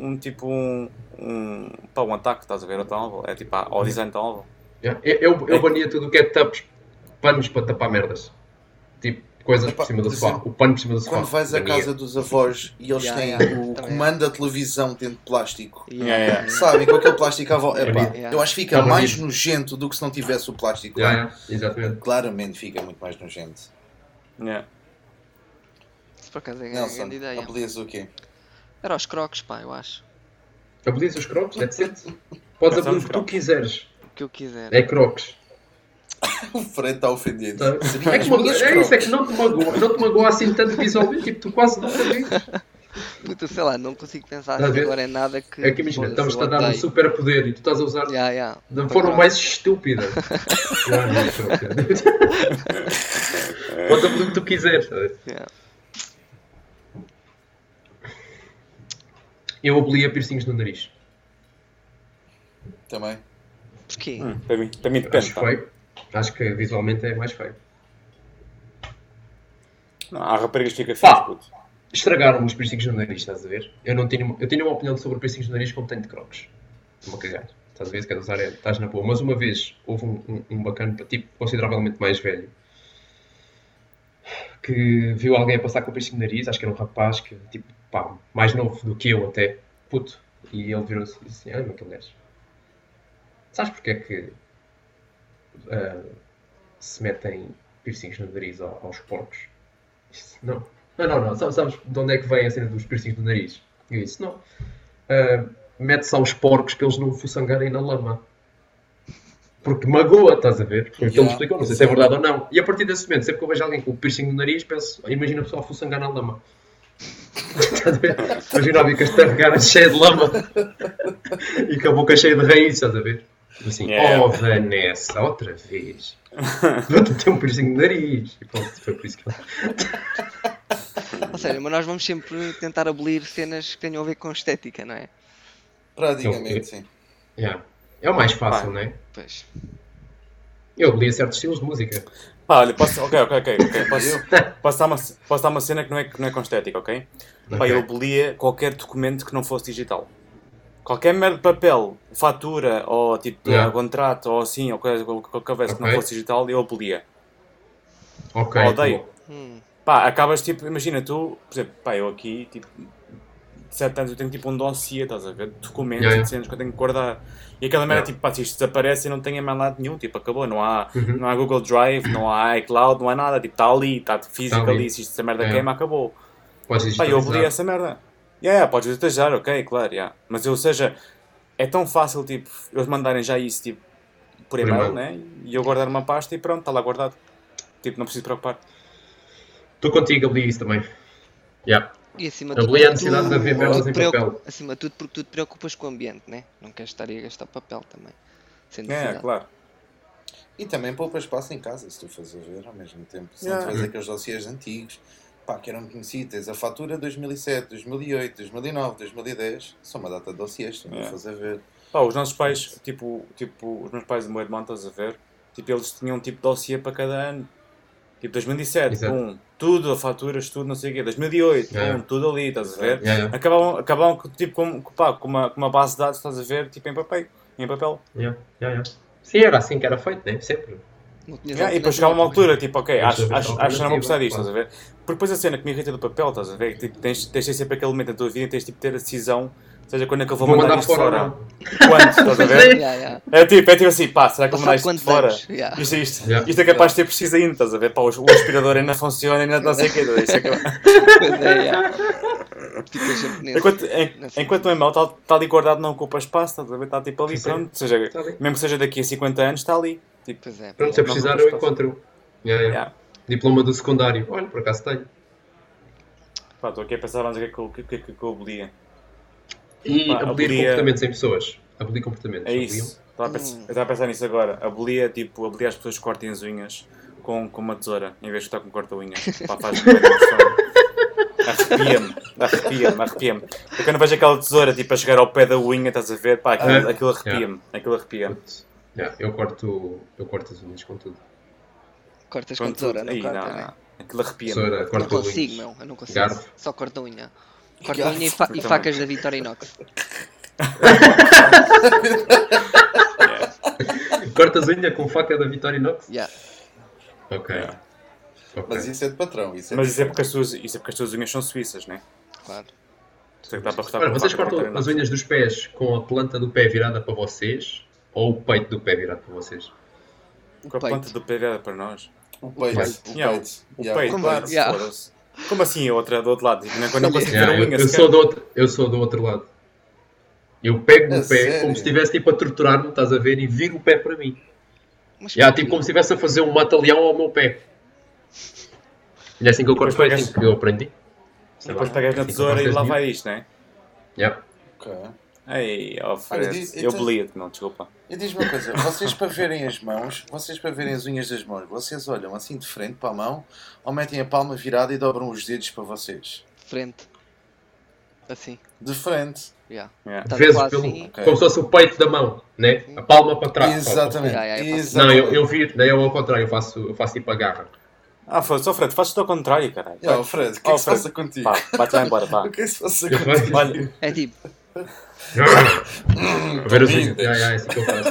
pá, um ataque, estás a ver? O telemóvel. É tipo ao design do telemóvel. Eu bania tudo o que é panos para tapar merdas. Tipo, coisas Epá, por cima do por sofá. exemplo, O pano por cima do sofá. Quando vais à Da minha. casa dos avós e eles Yeah, têm yeah, o também. comando da televisão dentro de plástico, Yeah. sabem, com aquele plástico à volta. Epá, Yeah. eu acho que fica Tá mais bonito. nojento do que se não tivesse o plástico Yeah, lá. yeah, exatamente. Claramente fica muito mais nojento. Yeah. Isso por acaso é Nelson, grande ideia. apelidas o quê? Era os crocs, pá, eu acho. Abolis os crocs, that's it. Podes Pensamos abolir o que tu crocs. quiseres. O que eu quiser. É crocs. O Fred está ofendido. Tá? Seria É, as que, minhas é isso, é crocs. que não te magoa assim tanto visualmente, tipo, tu quase nunca vês. Puta, sei lá, não consigo pensar Estás a assim ver? agora em nada que. É que imagina, foda-se, estamos-te eu a dar um odeio. super poder e tu estás a usar Yeah, yeah. da Para forma crocs. mais estúpida. Não é crocs. Podes abolir o que tu quiseres. Sabe? Yeah. Eu abolia piercings no nariz. Também. Porquê? Para mim depende. Acho Pá. feio. Acho que visualmente é mais feio. Não, há raparigas que ficam Pá. fixe, puto. Estragaram os piercings no nariz, estás a ver? Eu tenho uma opinião sobre piercings no nariz como tenho de crocs. Estou-me a cagar. Estás a ver? Se queres usar, estás na boa. Mas uma vez houve um bacana, tipo, consideravelmente mais velho, que viu alguém a passar com o piercing no nariz, acho que era um rapaz, que, tipo, pá, mais novo do que eu até, puto. E ele virou-se e disse assim, meu gajo, sabes porque é que se metem piercings no nariz aos porcos? Disse, não. Não. Sabes de onde é que vem a cena dos piercings no nariz? Eu disse, não. Mete-se aos porcos para eles não fuçangarem na lama. Porque magoa, estás a ver? Foi o que ele me explicou, não sei se é verdade ou não. E a partir desse momento, sempre que eu vejo alguém com o piercing no nariz, penso, imagina a pessoa a fuçangar na lama. Estás a ver? Imagina a bica estarregada cheia de lama e com a boca cheia de raiz, estás a ver? Assim, Yeah. oh Vanessa, outra vez. Vou-te meter um piercing no nariz. E pronto, foi por isso que eu... Ou seja, mas nós vamos sempre tentar abolir cenas que tenham a ver com estética, não é? Praticamente, sim. Yeah. É o mais fácil, não é? Pois. Eu li certos estilos de música. Pá, olha, posso. Ok. Posso dar uma cena que não é com estética, ok? Pá, Ok. eu abolia qualquer documento que não fosse digital. Qualquer merda de papel, fatura, ou tipo Yeah. contrato, ou assim, ou qualquer vez que não Ok. fosse digital, eu abolia. Ok. Pá, odeio. Hum. Pá, acabas tipo, imagina tu, por exemplo, pá, eu aqui, tipo, de 7 anos eu tenho tipo um dossiê, estás a ver? Documentos Yeah, e de cenas que eu tenho que guardar. E aquela merda, tipo, pá, se isto desaparece e não tenho mais lado nenhum, tipo, acabou. Não há Google Drive, não há iCloud, não há nada, tipo, está ali, está físico Tá ali. ali, se isto essa merda Yeah. queima, acabou. Podes Pá, eu digitalizar. aboli essa merda. Podes digitalizar, ok, claro, Mas ou seja, é tão fácil, tipo, eles mandarem já isso, tipo, por e-mail, e-mail. né? E eu guardar uma pasta e pronto, está lá guardado. Tipo, não preciso preocupar. Estou contigo, aboli isso também. Yeah. E acima de Aboli a tudo, necessidade de haver merdas em papel. acima de tudo, porque tu te preocupas com o ambiente, né? Não queres estar aí a gastar papel também. Sem necessidade. Claro. E também poupa espaço em casa, se tu fores a ver ao mesmo tempo. Se não Yeah. tiveres aqueles dossiês antigos, pá, que eram conhecidos, tens a fatura 2007, 2008, 2009, 2010, são uma data de dossiês, tu não Yeah. fores a ver. Pá, os nossos pais, tipo, os meus pais e o meu irmão, estás a ver? Tipo, eles tinham um tipo de dossiê para cada ano. Tipo, 2007, Exato. pum, tudo, faturas, tudo, não sei o quê. 2008, Yeah. pum, tudo ali, estás a ver? Yeah. Acabavam tipo, com uma base de dados, estás a ver? Tipo, em papel. Yeah. Sim, era assim que era feito, né? Sempre. Não tinhas E depois alternativa. chegava uma altura, tipo, ok, Tens de acho haver que não vou precisar alternativa, disto, estás a ver? Porque depois a cena que me irrita do papel, estás a ver? Tipo, tens de ter sempre aquele momento na tua vida, tens de tipo, ter a decisão, seja quando é que eu vou Vou mandar mandar isto fora ou fora. não. Quando, estás a ver? Yeah. É tipo assim, pá, será que eu vou mandar Passado isto fora? quantos anos? Yeah. Isto é capaz de ter preciso ainda, estás a ver? Pá, o aspirador ainda funciona, ainda não sei o quê. Isto é capaz- Pois é, yeah. Ficas sempre nesse- Enquanto o e-mail está ali guardado, não ocupa espaço, estás a ver? Está tipo ali, Sim. pronto. Seja, Está ali. mesmo que seja daqui a 50 anos, está ali. Tipo, Pois é. Pronto, se eu Não precisar ocupa eu espaço. encontro. yeah. Diploma do secundário. Olha, por acaso tenho. Pá, estou aqui a pensar mais o que é que eu abolia. E Pá, abolir abolia- comportamentos em pessoas. Abolir comportamentos. É isso. Estava a pensar nisso agora. Abolia as pessoas que cortem as unhas com uma tesoura, em vez de estar com corta-unhas. Pá, faz Arrepia-me. Eu quando vejo aquela tesoura tipo, a chegar ao pé da unha, estás a ver? Pá, aquilo arrepia-me. Aquilo arrepia-me. Eu corto as unhas com tudo. Cortas com Pronto, tesoura, não aí, corta, não, né? não. Aquilo arrepia-me. Tesoura, Não corto consigo, unhas. meu. Eu não consigo. Garfo. Só corta unha. Corta Garfo. unha e facas da Vitória Inox. Cortas a unha com faca da Vitória Inox? Yeah. Ok. Yeah. Ok. Mas isso é de patrão. Mas isso é porque as tuas unhas são suíças, né? Claro. Isso é que dá para cortar Olha, com vocês faca cortam veterinária. as unhas dos pés com a planta do pé virada para vocês ou o peito do pé virado para vocês? O Com a planta peito. do pé virada para nós. O peito. peito. O Yeah, peito. O Yeah, peito, o claro. Yeah. Foda-se. Como assim a outra do outro lado? Tipo, não consigo ver Yeah, a unha eu sequer. sou do outro lado. Eu pego A no pé sério? como se estivesse tipo a torturar-me, estás a ver, e viro o pé para mim. Mas Yeah, porquê? tipo como se estivesse a fazer um mata-leão ao meu pé. E é assim que eu corto depois pé, assim que eu aprendi. Sei Depois lá, pegas na assim que eu tesoura corto e as lá minhas. vai isto, né? Yeah. Ok. Ei, oh Fred, Olha, eu então- belia-te, não, desculpa. E diz-me uma coisa, vocês para verem as mãos, vocês para verem as unhas das mãos, vocês olham assim de frente para a mão ou metem a palma virada e dobram os dedos para vocês? Frente. Assim. De frente. Yeah. Yeah. Tá Vezes quase pelo, assim. Ok. como se fosse o peito da mão, né? A palma para trás. Exatamente. Yeah, yeah, eu faço- Não, Exatamente. eu viro, daí eu ao contrário, eu faço tipo a garra. Ah, foda-se, oh Fred, fazes-te ao contrário, caralho. Yeah, Fred, o que é que se Fred, passa contigo? Pá, vai-te lá embora, pá. O que é que se passa Eu faço- contigo? Olha, É tipo, A ver as unhas. É assim que eu faço.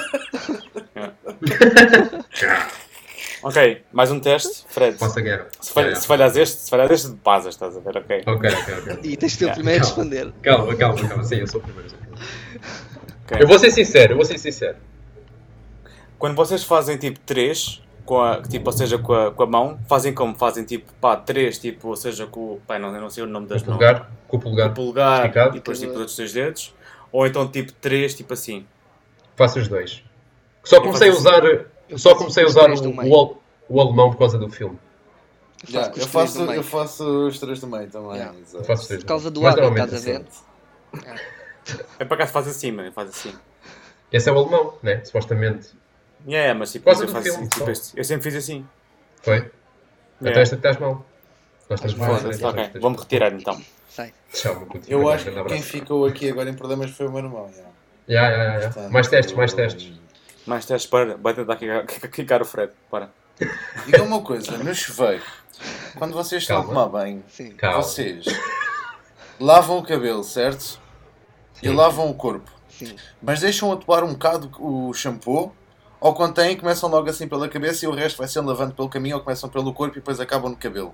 ok, mais um teste, Fred. Faço a guerra. Se falhas este, basas, estás a ver, ok. Ok, ok. e tens de ser o Yeah. primeiro a Calma. responder. Calma. Sim, eu sou o primeiro. Ok. Eu vou ser sincero. Quando vocês fazem tipo 3, tipo, ou seja, com a mão, fazem como? Fazem tipo, pá, 3, tipo, ou seja, pá, eu não sei o nome das mãos. Com o polegar. Com o polegar esticado. e depois tipo os outros 2 dedos. Ou então tipo 3, tipo assim. Faço os dois. Só comecei a faço usar, Eu só faço comecei a os usar três do meio. o alemão por causa do filme. Yeah, com eu os três do faço meio. os três do meio também. Yeah. exato. Faço os três. Por causa do Mas hábito, normalmente estás a ver? assim. É para cá faz assim, mano, faz assim. Esse é o alemão, né? Supostamente. Mas tipo, Por causa eu do faço filme, assim, tipo só. este. Eu sempre fiz assim. Foi? Yeah. Até esta que estás mal. Nós estamos Estás mal. mal, Foda-se, ok, vou-me retirar então. Sai. Tchau, meu puto. Eu Um acho que grande quem abraço. ficou aqui agora em problemas foi o meu irmão. Yeah. Portanto, Mais testes. Mais testes para. Vai tentar quicar o Fred. Para. Diga uma coisa, no chuveiro, quando vocês estão a Calma. tomar banho, Sim. Calma. vocês lavam o cabelo, certo? E Sim. lavam o corpo. Sim. Mas deixam atuar um bocado o shampoo, ou quando têm, começam logo assim pela cabeça e o resto vai sendo lavando pelo caminho, ou começam pelo corpo e depois acabam no cabelo.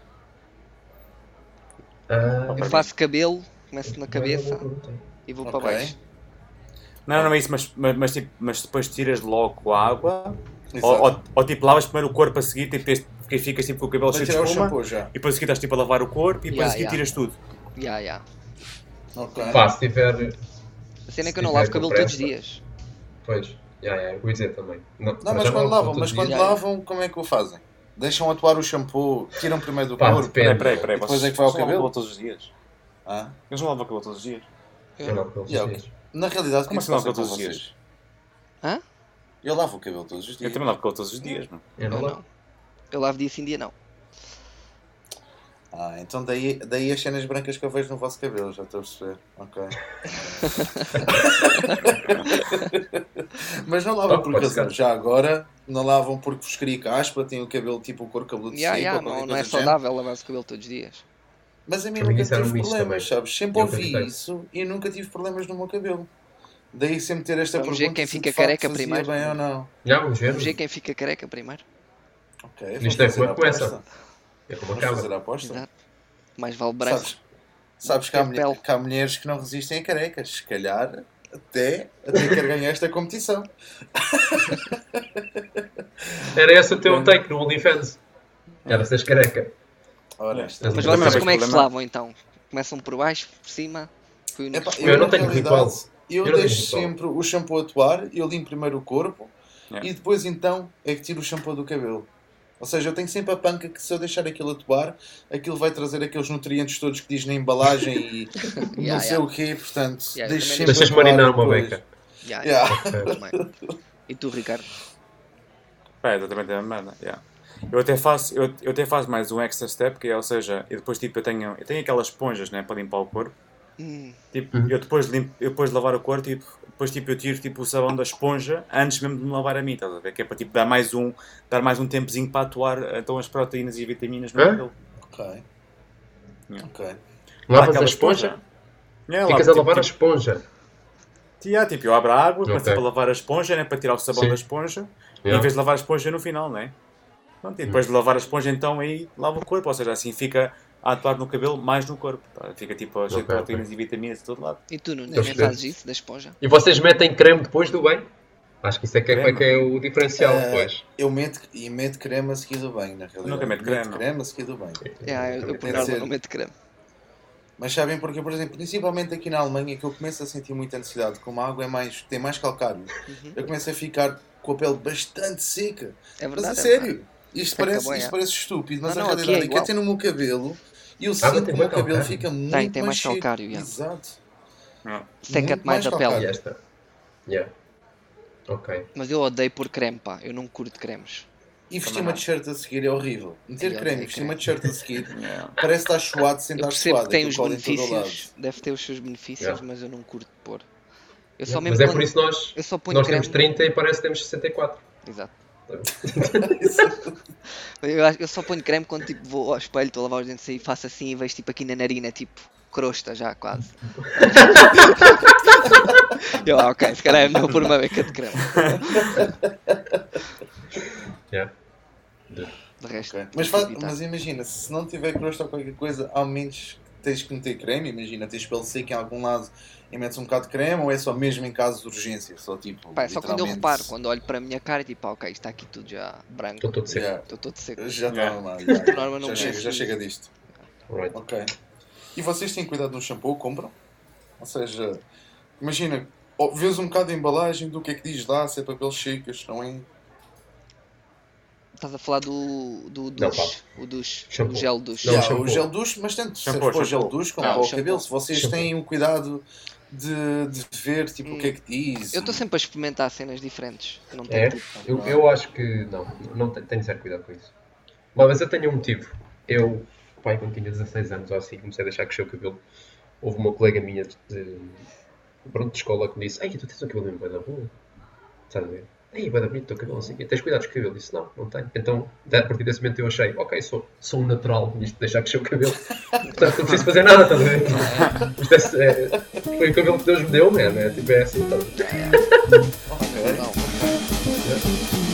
Ah, Eu faço cabelo, começo na cabeça e vou para Ok. baixo. Não é isso, mas depois tiras logo a água. Exato. Ou tipo, lavas primeiro o corpo a seguir, tipo, porque ficas tipo com o cabelo Vai cheio de tirar o espuma. shampoo já. E depois a seguir estás tipo a lavar o corpo e depois a seguir Yeah. tiras tudo. Yeah. Ok. Pá, se tiver. A cena é que eu Se não lavo tiver cabelo com todos os pressa. dias. Pois. Eu vou dizer também. Não, mas mas eu quando lavo lavam, todos mas os quando dias. lavam, como é que o fazem? Deixam atuar o shampoo, tiram primeiro do Pá, corpo. depende. Peraí. E depois é que vai ao vocês não cabelo? lavam todos os dias. Ah? Eles não lavam o cabelo todos os dias. Eu lavo todos os Yeah, dias. Na realidade, o que Como é que se assim lava passa com todos os vocês? dias? Hã? Eu lavo o cabelo todos os Eu dias. também lavo o cabelo todos os dias, mano. Eu Eu não lavo. não. Eu lavo dia sim, dia não. Ah, então daí as cenas brancas que eu vejo no vosso cabelo, já estou a perceber. Ok. Mas não lavam Oh, por pode razão. ser. Já agora, não lavam porque vos cria caspa, têm o cabelo tipo o couro cabeludo seco ou qualquer Não é coisa do género. saudável lavar o cabelo todos os dias. Mas a mim Para mim nunca isso era tive um misto problemas, também. sabes? Sempre Eu ouvi acreditei. isso e nunca tive problemas no meu cabelo. Daí sempre ter esta Vamos ver pergunta quem se fica de facto careca fazia primeiro. bem ou não. Vamos ver. Vamos ver quem fica careca primeiro. Ok, vou Isto é fazer como a é que começa. aposta. É como Vamos acaba. fazer a aposta. Exato. Mais vale branco. Sabes que Tem pele. há mulheres que não resistem a carecas. Se calhar até quero ganhar esta competição. Era esse o teu take no OnlyFans. Era seres careca. Ora, Mas Mas Também vocês não como é que se problema. lavam então? Começam por baixo, por cima? Fui no... epá, Eu não na tenho realidade, ritual. Eu Eu não tenho deixo ritual. sempre o shampoo atuar, eu limpo primeiro o corpo Yeah. e depois então é que tiro o shampoo do cabelo. Ou seja, eu tenho sempre a panca que se eu deixar aquilo atuar, aquilo vai trazer aqueles nutrientes todos que diz na embalagem e não sei o quê, portanto, Yeah, eu deixo também sempre Deixas atuar marinar uma depois. beca. Yeah. também. E tu, Ricardo? É, exatamente a mesma merda. Yeah. Eu até faço mais um extra step, que é, ou seja, eu depois tipo, eu tenho aquelas esponjas, né, para limpar o corpo. Tipo, Uhum. eu depois de lavar o corpo, depois tipo, eu tiro tipo, o sabão da esponja antes mesmo de me lavar a mim, estás a ver? Que é para tipo, dar mais um tempozinho para atuar então as proteínas e vitaminas no Hã? cabelo. Ok. Yeah. Ok. Lavas Aquela a esponja? Yeah, Ficas a lavar a esponja. Tipo, eu abro a água, Ok. começo para lavar a esponja, né, para tirar o sabão Sim. da esponja, em Yeah. vez de lavar a esponja no final, né? Pronto, e depois de lavar a esponja, então aí lava o corpo, ou seja, assim fica a atuar no cabelo mais no corpo. Tá? Fica tipo cheio de Ok, proteínas ok. e vitaminas de todo lado. E tu, Nuno, Eu também percebo. fazes isso da esponja? E vocês metem creme depois do banho? Acho que isso é que Creme? é o diferencial depois. Eu meto creme a seguir do banho, na realidade. Nunca meto creme, não. creme a seguir do banho. Eu por Tem de norma ser. não meto creme. Mas sabem porque, por exemplo, principalmente aqui na Alemanha, que eu começo a sentir muita necessidade, como a água tem mais calcário, eu começo a ficar com a pele bastante seca. É Mas verdade. a é sério, verdade. isto Seca parece, bué, isto é. parece estúpido, mas Não, a não, aqui realidade é é que igual. até no meu cabelo, eu mas sinto tem que o bué meu cabelo calcário. fica muito Tem mais seco. calcário, já. Exato. Não. Seca-te Muito mais a mais E pele. esta? Yeah. Ok. Mas eu odeio pôr creme, pá. Eu não curto cremes. E vestir Também uma não. t-shirt a seguir é horrível. Meter Eu creme e odeio vestir uma creme. t-shirt a seguir parece estar suado sem Eu estar percebo suado. que tem aquilo os cola em todo o lado. benefícios. Deve ter os seus benefícios, Yeah. mas eu não curto pôr. Eu Yeah. só mesmo Mas é quando... por isso que Eu só ponho nós creme. temos 30 e parece que temos 64. Exato. Tá bem? Eu só ponho creme quando tipo, vou ao espelho, estou a lavar os dentes e faço assim e vejo tipo aqui na narina, tipo, crosta já quase. Ok, se calhar é melhor pôr uma beca de creme. Yeah. De resto, Ok. tento evitar. Mas imagina, se não tiver crosta ou qualquer coisa, ao menos tens que meter creme. Imagina, tens pele seca em algum lado e metes um bocado de creme, ou é só mesmo em caso de urgência? Só tipo. Pá, é só quando eu literalmente- reparo, quando olho para a minha cara e tipo, ok, está aqui tudo já branco, Estou todo seco. Yeah. estou todo seco. Já está Yeah. normal. Por norma não Já penso chega nisso. disto. Alright. Ok. E vocês têm cuidado no shampoo? Compram? Ou seja, imagina, vês um bocado a embalagem do que é que diz lá, se é papel chicas, não é? Estás a falar do Não, duche, o duche, Shampoo. o gel duche. Não, Yeah, shampoo. o gel duche, mas tanto se Shampoo, for gel shampoo. duche como Ah, para o shampoo. cabelo, se vocês Shampoo. têm o cuidado de ver tipo, o que é que diz. Eu estou sempre a experimentar cenas diferentes. Não tenho É? tipo. Eu acho que não tenho zero cuidado com isso. Mas eu tenho um motivo. Eu, pai, quando tinha 16 anos ou assim, comecei a deixar crescer o cabelo. Houve uma colega minha de escola que me disse: Ei, tu tens o cabelo mesmo bem da boa. Estás a ver? Ei, vai dar bonito o teu cabelo assim. Tens cuidado com o cabelo? Eu disse: Não tenho. Então, a partir desse momento eu achei: Ok, sou um natural nisto de deixar crescer o cabelo. Portanto, não preciso fazer nada, estás a ver? Isto foi o cabelo que Deus me deu, man. Tipo, é assim, estás a ver? Ok. Não.